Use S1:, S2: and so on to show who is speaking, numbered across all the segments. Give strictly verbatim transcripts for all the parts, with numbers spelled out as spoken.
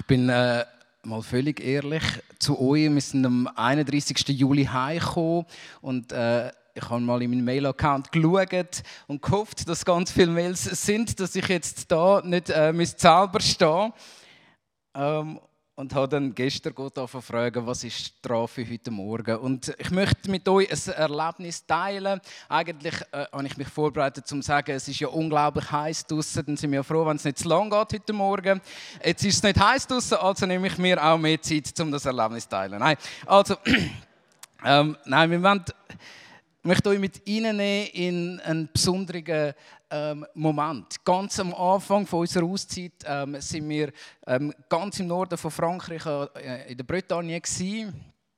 S1: bin äh, mal völlig ehrlich zu euch. Wir sind am einunddreißigsten Juli heimgekommen und äh, ich habe mal in meinen Mail-Account geschaut und gehofft, dass ganz viele Mails sind, dass ich jetzt da nicht äh, selber stehen ähm, und habe dann gestern Gott fragen, was ist dran für heute Morgen. Und ich möchte mit euch ein Erlebnis teilen. Eigentlich äh, habe ich mich vorbereitet, um zu sagen, es ist ja unglaublich heiß draußen. Dann sind wir ja froh, wenn es nicht zu lang geht heute Morgen. Jetzt ist es nicht heiß draußen, also nehme ich mir auch mehr Zeit, um das Erlebnis zu teilen. Nein, also, ähm, nein, wir wollen... Ich möchte euch mit reinnehmen in einen besonderen ähm, Moment. Ganz am Anfang von unserer Auszeit ähm, sind wir ähm, ganz im Norden von Frankreich äh, in der Bretagne gewesen.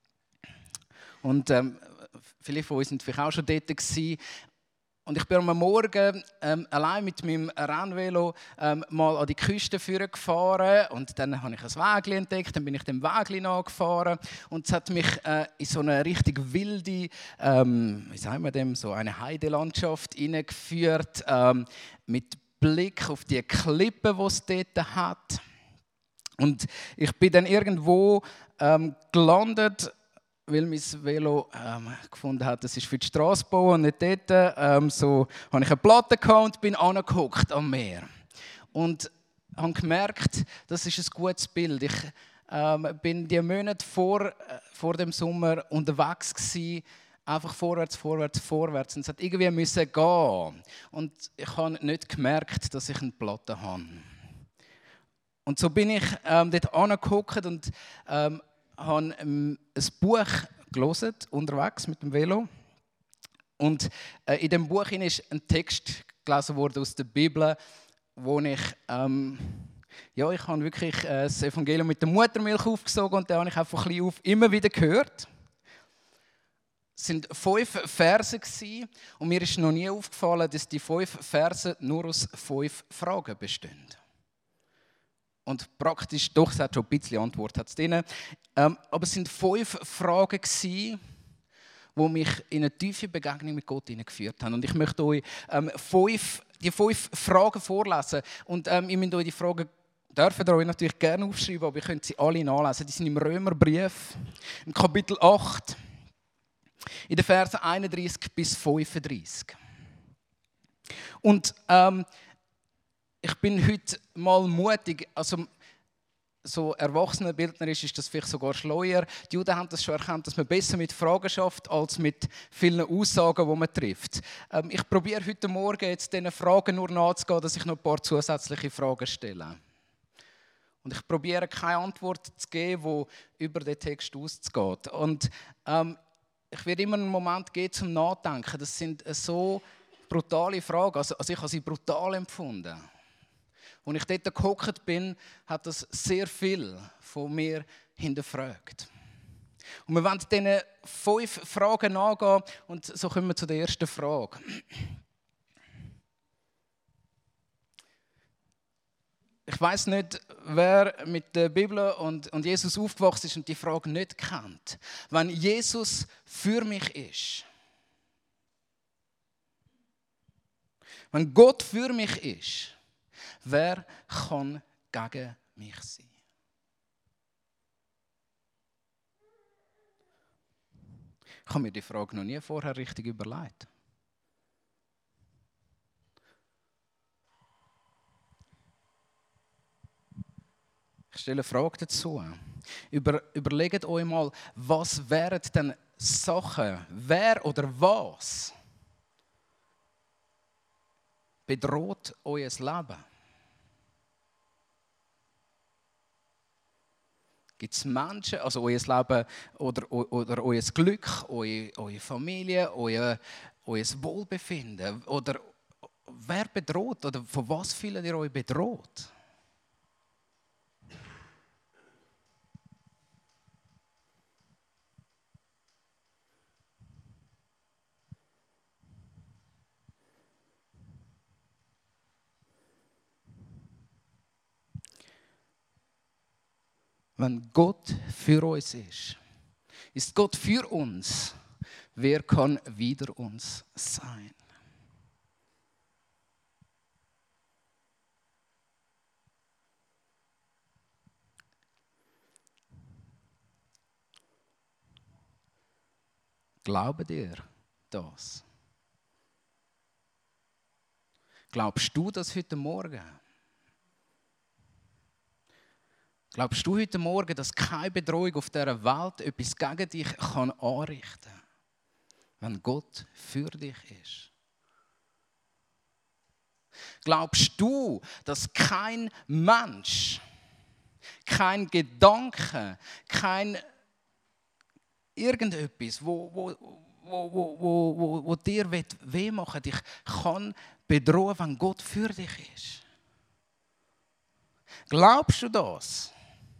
S1: Und ähm, viele von uns sind vielleicht auch schon dort gewesen. Und ich bin am Morgen ähm, allein mit meinem Rennvelo ähm, mal an die Küste gefahren und dann habe ich ein Wägli entdeckt, dann bin ich dem Wägli nachgefahren und es hat mich äh, in so eine richtig wilde, ähm, wie sagen wir dem, so eine Heidelandschaft hineingeführt, ähm, mit Blick auf die Klippen, die es dort hat. Und ich bin dann irgendwo ähm, gelandet, weil mein Velo ähm, gefunden hat, das ist für die Straße bauen und nicht dort. Ähm, so habe ich eine Platte gehabt und bin angehockt am Meer. Und habe gemerkt, das ist ein gutes Bild. Ich ähm, bin die Monate vor, äh, vor dem Sommer unterwegs gewesen, einfach vorwärts, vorwärts, vorwärts. Und es hat irgendwie müssen gehen. Und ich habe nicht gemerkt, dass ich eine Platte habe. Und so bin ich ähm, dort angehockt und ähm, habe ein Buch gelesen, unterwegs mit dem Velo. Und äh, in dem Buch ist ein Text gelesen worden aus der Bibel, wo ich, ähm, ja, ich habe wirklich äh, das Evangelium mit der Muttermilch aufgesogen und da habe ich einfach ein bisschen auf immer wieder gehört. Es waren fünf Verse gewesen, und mir ist noch nie aufgefallen, dass die fünf Verse nur aus fünf Fragen bestehen. Und praktisch, doch, es hat schon ein bisschen Antwort hat's drin. Ähm, aber es waren fünf Fragen gewesen, die mich in eine tiefe Begegnung mit Gott hineingeführt haben. Und ich möchte euch ähm, fünf, die fünf Fragen vorlesen. Und ähm, ihr müsst euch die Fragen, dürft ihr euch natürlich gerne aufschreiben, aber ihr könnt sie alle nachlesen. Die sind im Römerbrief, im Kapitel acht, in den Versen einunddreißig bis fünfunddreißig. Und ähm, ich bin heute mal mutig, also so erwachsenenbildnerisch ist das vielleicht sogar schleuer. Die Juden haben das schon erkannt, dass man besser mit Fragen schafft, als mit vielen Aussagen, die man trifft. Ähm, ich probiere heute Morgen jetzt diesen Fragen nur nachzugehen, dass ich noch ein paar zusätzliche Fragen stelle. Und ich probiere keine Antwort zu geben, die über den Text ausgeht. Und ähm, ich werde immer einen Moment geben zum Nachdenken. Das sind so brutale Fragen, also, also ich habe sie brutal empfunden. Als ich dort gehockt bin, hat das sehr viel von mir hinterfragt. Und wir wollen diesen fünf Fragen nachgehen und so kommen wir zu der ersten Frage. Ich weiss nicht, wer mit der Bibel und, und Jesus aufgewachsen ist und die Frage nicht kennt. Wenn Jesus für mich ist, wenn Gott für mich ist, wer kann gegen mich sein? Ich habe mir die Frage noch nie vorher richtig überlegt. Ich stelle eine Frage dazu. Über, überlegt euch mal, was wären denn Sachen, wer oder was bedroht euer Leben? Gibt es Menschen, also euer Leben oder, oder euer Glück, eure, eure Familie, euer, euer Wohlbefinden? Oder wer bedroht oder von was fühlt ihr euch bedroht? Wenn Gott für uns ist, ist Gott für uns, wer kann wider uns sein? Glaubt ihr das? Glaubst du das heute Morgen? Glaubst du heute Morgen, dass keine Bedrohung auf dieser Welt etwas gegen dich kann anrichten kann, wenn Gott für dich ist? Glaubst du, dass kein Mensch, kein Gedanke, kein irgendetwas, wo, wo, wo, wo, wo, wo, wo dir weh machen dich kann bedrohen, wenn Gott für dich ist? Glaubst du das?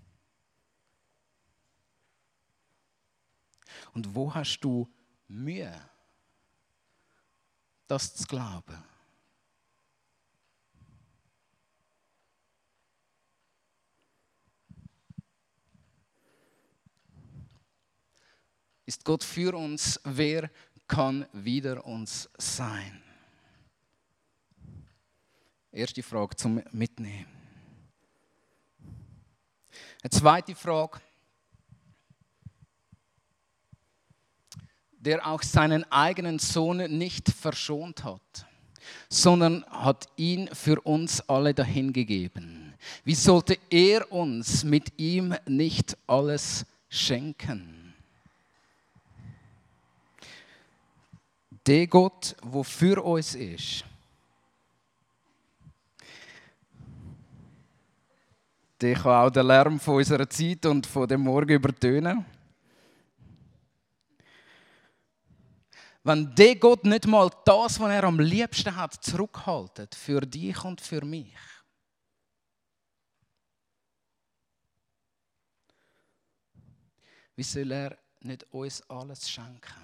S1: Und wo hast du Mühe, das zu glauben? Ist Gott für uns, wer kann wider uns sein? Erste Frage zum Mitnehmen. Eine zweite Frage. Der auch seinen eigenen Sohn nicht verschont hat, sondern hat ihn für uns alle dahingegeben. Wie sollte er uns mit ihm nicht alles schenken? Der Gott, der für uns ist, der kann auch den Lärm von unserer Zeit und von dem Morgen übertönen. Wenn der Gott nicht mal das, was er am liebsten hat, zurückhaltet, für dich und für mich. Wie soll er nicht uns alles schenken?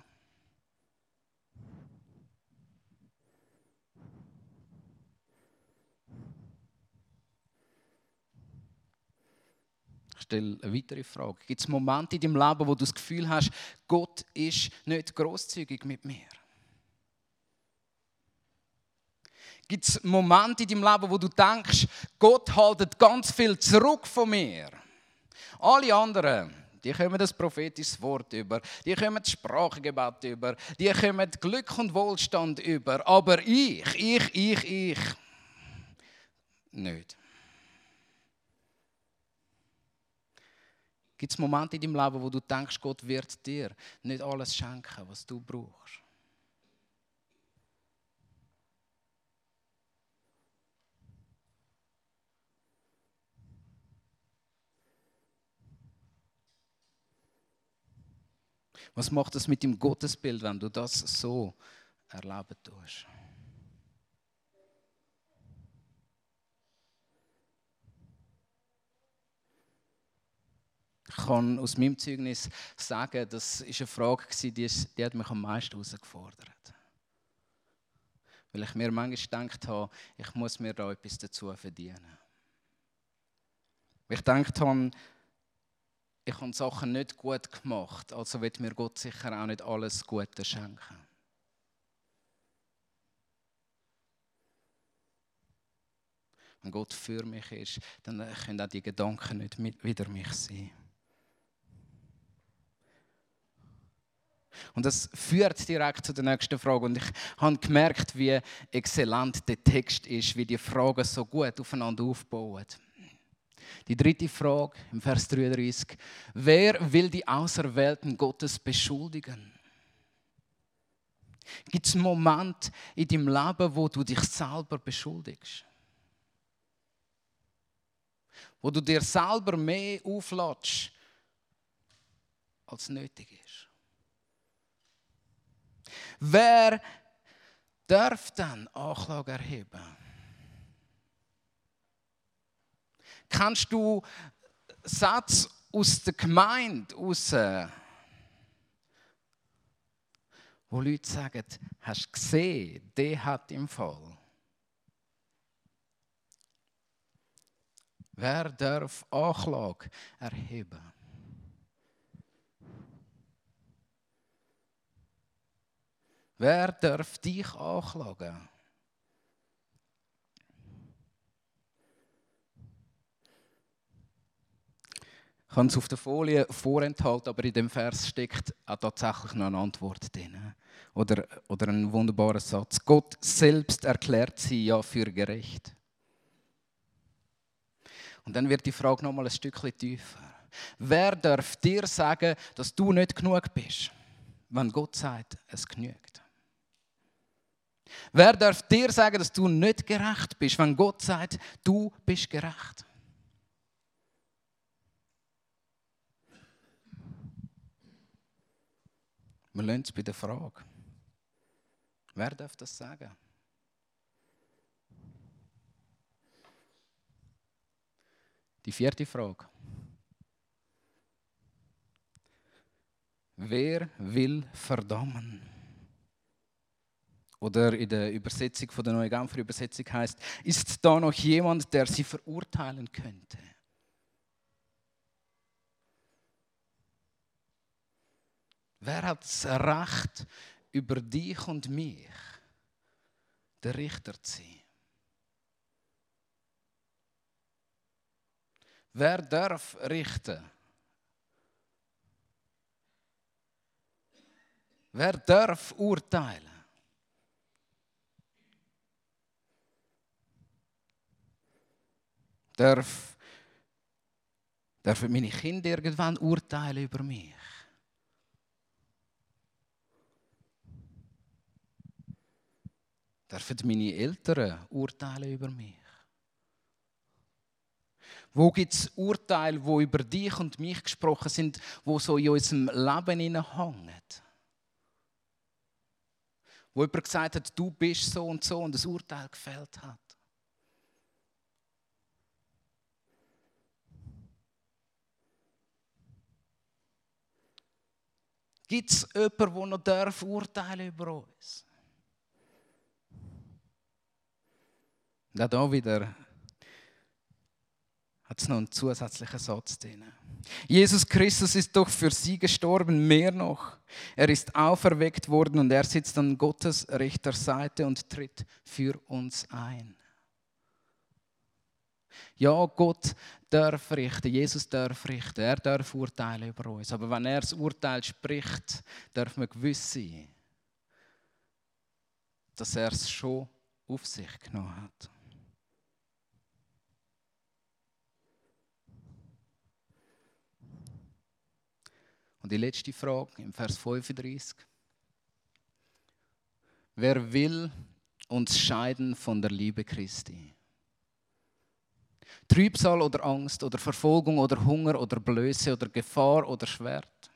S1: Ich stelle eine weitere Frage. Gibt es Momente in deinem Leben, wo du das Gefühl hast, Gott ist nicht grosszügig mit mir? Gibt es Momente in deinem Leben, wo du denkst, Gott haltet ganz viel zurück von mir? Alle anderen, die kommen das prophetische Wort über, die kommen das Sprachengebet über, die kommen Glück und Wohlstand über. Aber ich, ich, ich, ich, nicht. Gibt es Momente in deinem Leben, wo du denkst, Gott wird dir nicht alles schenken, was du brauchst? Was macht das mit dem Gottesbild, wenn du das so erleben tust? Ich kann aus meinem Zeugnis sagen, das war eine Frage, die, die hat mich am meisten herausgefordert. Weil ich mir manchmal gedacht habe, ich muss mir da etwas dazu verdienen. Weil ich gedacht habe, ich habe Sachen nicht gut gemacht, also wird mir Gott sicher auch nicht alles Gute schenken. Wenn Gott für mich ist, dann können auch die Gedanken nicht mit wieder mich sein. Und das führt direkt zu der nächsten Frage. Und ich habe gemerkt, wie exzellent der Text ist, wie die Fragen so gut aufeinander aufbauen. Die dritte Frage im Vers dreiunddreißig. Wer will die Auserwählten Gottes beschuldigen? Gibt es einen Moment in deinem Leben, wo du dich selber beschuldigst? Wo du dir selber mehr auflädst, als nötig ist? Wer darf dann Anklage erheben? Kennst du Sätze aus der Gemeinde raus, wo Leute sagen, hast du gesehen, der hat im Fall? Wer darf Anklage erheben? Wer darf dich anklagen? Ich Ich habe es auf der Folie vorenthalten, aber in dem Vers steckt auch tatsächlich noch eine Antwort drin. Oder, oder ein wunderbarer Satz. Gott selbst erklärt sie ja für gerecht. Und dann wird die Frage noch mal ein Stückchen tiefer. Wer darf dir sagen, dass du nicht genug bist, wenn Gott sagt, es genügt? Wer darf dir sagen, dass du nicht gerecht bist, wenn Gott sagt, du bist gerecht? Wir lassen es bei der Frage. Wer darf das sagen? Die vierte Frage. Wer will verdammen? Oder in der Übersetzung von der Neuen Genfer Übersetzung heißt: Ist da noch jemand, der sie verurteilen könnte? Wer hat das Recht, über dich und mich der Richter zu sein? Wer darf richten? Wer darf urteilen? Darf, dürfen meine Kinder irgendwann urteilen über mich? Dürfen meine Eltern urteilen über mich? Wo gibt es Urteile, die über dich und mich gesprochen sind, die so in unserem Leben hängen? Wo jemand gesagt hat, du bist so und so und das Urteil gefällt hat. Gibt es jemanden, der noch darf urteilen über uns? Und auch da wieder hat es noch einen zusätzlichen Satz drin. Jesus Christus ist doch für sie gestorben, mehr noch. Er ist auferweckt worden und er sitzt an Gottes rechter Seite und tritt für uns ein. Ja, Gott darf richten, Jesus darf richten, er darf urteilen über uns. Aber wenn er das Urteil spricht, darf man gewiss sein, dass er es schon auf sich genommen hat. Und die letzte Frage im Vers fünfunddreißig. Wer will uns scheiden von der Liebe Christi? Trübsal oder Angst oder Verfolgung oder Hunger oder Blöße oder Gefahr oder Schwert?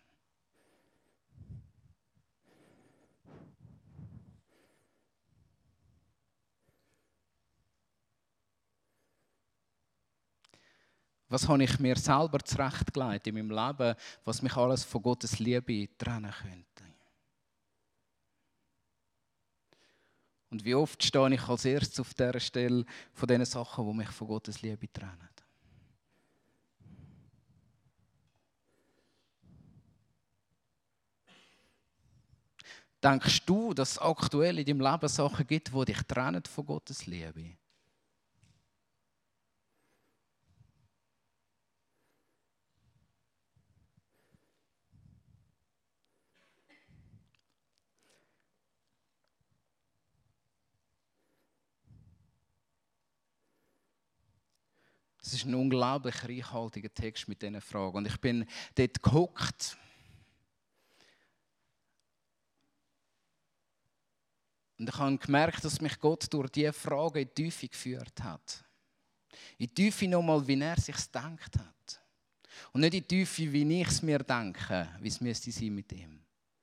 S1: Was habe ich mir selber zurechtgelegt in meinem Leben, was mich alles von Gottes Liebe trennen könnte? Und wie oft stehe ich als erstes auf dieser Stelle von diesen Sachen, die mich von Gottes Liebe trennen? Denkst du, dass es aktuell in deinem Leben Sachen gibt, die dich trennen von Gottes Liebe? Es ist ein unglaublich reichhaltiger Text mit diesen Fragen. Und ich bin dort gehockt. Und ich habe gemerkt, dass mich Gott durch diese Fragen in die Tiefe geführt hat. In die Tiefe nochmal, wie er sich gedacht hat. Und nicht in die Tiefe, wie ich es mir denke, wie es müsste sein mit ihm.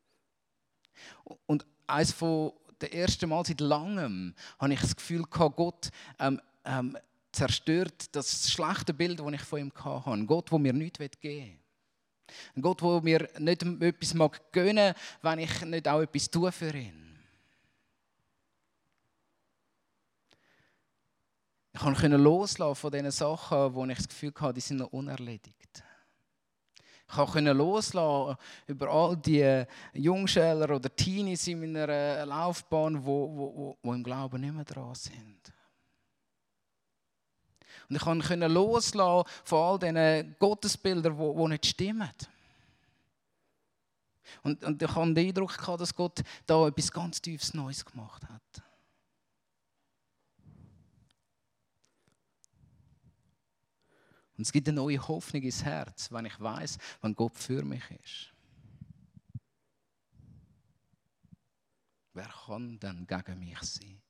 S1: Und eines von der ersten Mal seit langem habe ich das Gefühl gehabt, Gott ähm, ähm, zerstört das schlechte Bild, das ich von ihm hatte. Ein Gott, der mir nichts geben will. Ein Gott, der mir nicht etwas mag gönnen, wenn ich nicht auch etwas tue für ihn. Ich konnte loslassen von diesen Sachen, wo ich das Gefühl hatte, die sind noch unerledigt. Ich konnte loslassen über all die Jungschüler oder Teenies in meiner Laufbahn, die wo, wo, wo im Glauben nicht mehr dran sind. Und ich konnte loslassen von all diesen Gottesbildern, die, die nicht stimmen. Und, und ich hatte den Eindruck, dass Gott da etwas ganz Tiefes Neues gemacht hat. Und es gibt eine neue Hoffnung ins Herz, wenn ich weiß, wenn Gott für mich ist. Wer kann denn gegen mich sein?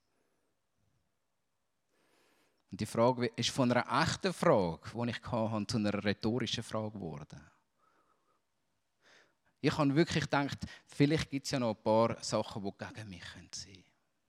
S1: Und die Frage ist von einer echten Frage, die ich hatte, zu einer rhetorischen Frage geworden. Ich habe wirklich gedacht, vielleicht gibt es ja noch ein paar Sachen, die gegen mich sein können.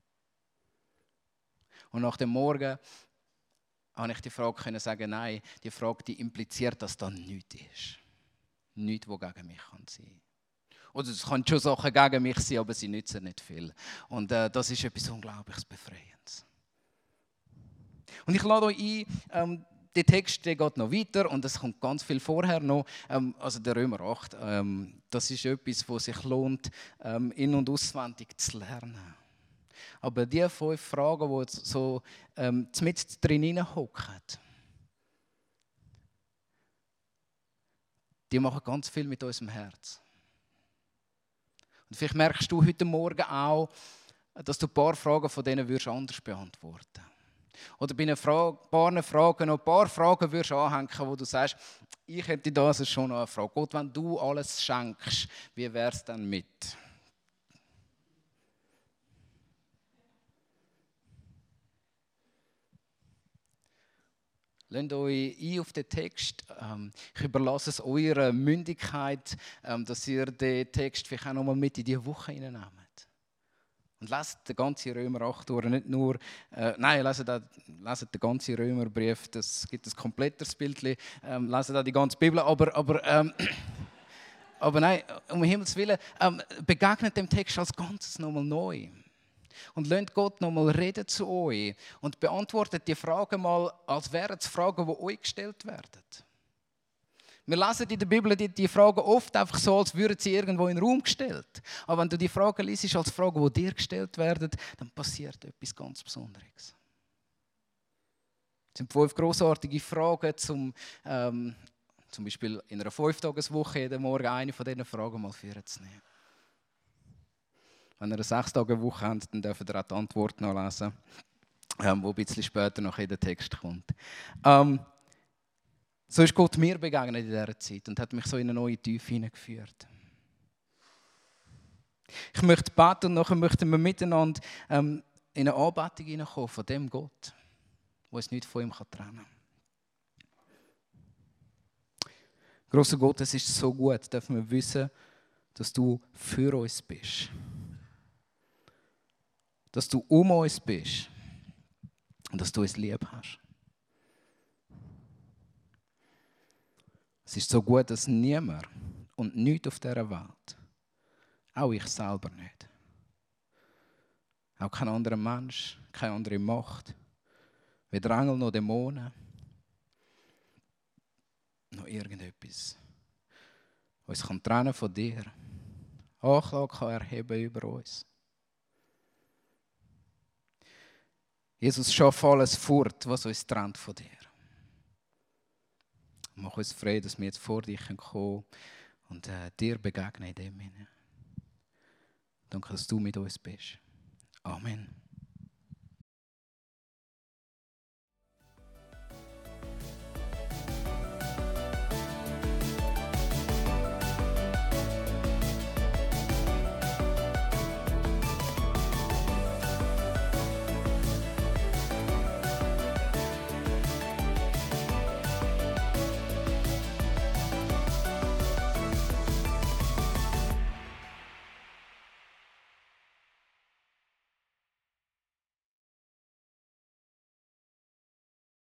S1: Und nach dem Morgen konnte ich die Frage können sagen, nein, die Frage die impliziert, dass da nichts ist. Nichts, was gegen mich sein kann. Oder es können schon Sachen gegen mich sein, aber sie nützen nicht viel. Und äh, das ist etwas unglaublich Befreiendes. Und ich lade euch ein, ähm, der Text der geht noch weiter und es kommt ganz viel vorher noch. Ähm, also der Römer acht, ähm, das ist etwas, was sich lohnt, ähm, in- und auswendig zu lernen. Aber die fünf Fragen, die so ähm, mit drin hocken, die machen ganz viel mit unserem Herz. Und vielleicht merkst du heute Morgen auch, dass du ein paar Fragen von denen würdest anders beantworten. Oder bei ein paar Fragen noch ein paar Fragen würdest anhängen, wo du sagst, ich hätte da also schon noch eine Frage. Gott, wenn du alles schenkst, wie wäre es dann mit? Lasst euch ein auf den Text. Ich überlasse es eurer Mündigkeit, dass ihr den Text vielleicht auch noch mal mit in diese Woche hineinnehmt. Und lest den ganzen Römer acht durch, nicht nur, äh, nein, lest den, lest den ganzen Römerbrief, das gibt ein komplettes Bild, ähm, lest auch die ganze Bibel, aber, aber, ähm, aber nein, um Himmels Willen, ähm, begegnet dem Text als Ganzes nochmal neu. Und lasst Gott nochmal reden zu euch und beantwortet die Fragen mal, als wären es Fragen, die euch gestellt werden. Wir lesen in der Bibel die, die Fragen oft einfach so, als würden sie irgendwo in den Raum gestellt. Aber wenn du die Fragen liest als Fragen, die dir gestellt werden, dann passiert etwas ganz Besonderes. Es sind fünf grossartige Fragen, zum, ähm, zum Beispiel in einer Fünftageswoche jeden Morgen eine von diesen Fragen mal vorzunehmen. Wenn ihr eine Sechstagewoche habt, dann dürft ihr auch die Antwort noch lesen, ähm, wo ein bisschen später noch in den Text kommt. Ähm, So ist Gott mir begegnet in dieser Zeit und hat mich so in eine neue Tiefe hineingeführt. Ich möchte beten und nachher möchten wir miteinander ähm, in eine Anbetung hineinkommen von dem Gott, der uns nicht von ihm trennen kann. Grosser Gott, es ist so gut, dürfen wir wissen, dass du für uns bist. Dass du um uns bist und dass du uns lieb hast. Es ist so gut, dass niemand und nichts auf dieser Welt, auch ich selber nicht, auch kein anderer Mensch, keine andere Macht, weder Engel noch Dämonen, noch irgendetwas, uns kann trennen von dir, Anklage kann erheben über uns. Jesus, schaff alles fort, was uns trennt von dir. Mach uns frei, dass wir jetzt vor dich kommen können und äh, dir begegnen in dem Sinne. Danke, dass du mit uns bist. Amen.